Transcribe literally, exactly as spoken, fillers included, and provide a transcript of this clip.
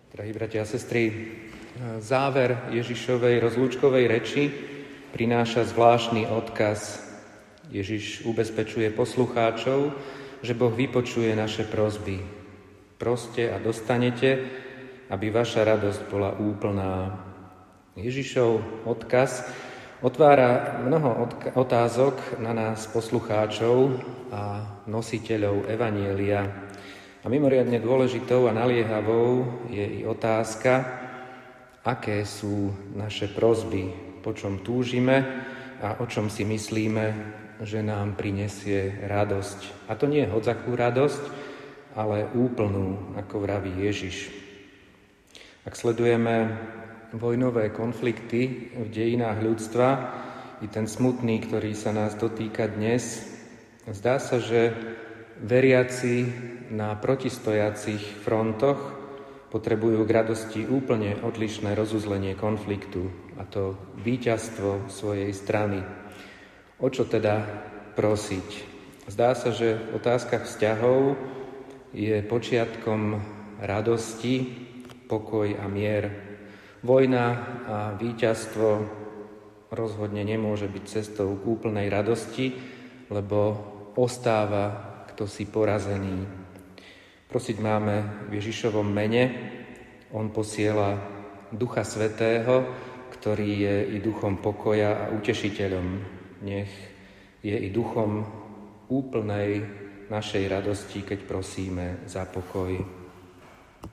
Drahí bratia a sestry, záver Ježišovej rozlúčkovej reči prináša zvláštny odkaz. Ježiš ubezpečuje poslucháčov, že Boh vypočuje naše prosby. Proste a dostanete, aby vaša radosť bola úplná. Ježišov odkaz otvára mnoho otázok na nás poslucháčov a nositeľov evanjelia. A mimoriadne dôležitou a naliehavou je i otázka, aké sú naše prosby, po čom túžime a o čom si myslíme, že nám prinesie radosť. A to nie hodzakú radosť, ale úplnú, ako vraví Ježiš. Ak sledujeme vojnové konflikty v dejinách ľudstva, i ten smutný, ktorý sa nás dotýka dnes, zdá sa, že veriaci na protistojacich frontoch potrebujú k radosti úplne odlišné rozuzlenie konfliktu, a to víťazstvo svojej strany. O čo teda prosiť? Zdá sa, že v otázkach vzťahov je počiatkom radosti, pokoj a mier. Vojna a víťazstvo rozhodne nemôže byť cestou k úplnej radosti, lebo ostáva kto si porazený. Prosiť máme v Ježišovom mene. On posiela Ducha Svätého, ktorý je i duchom pokoja a utešiteľom. Nech je i duchom úplnej našej radosti, keď prosíme za pokoj.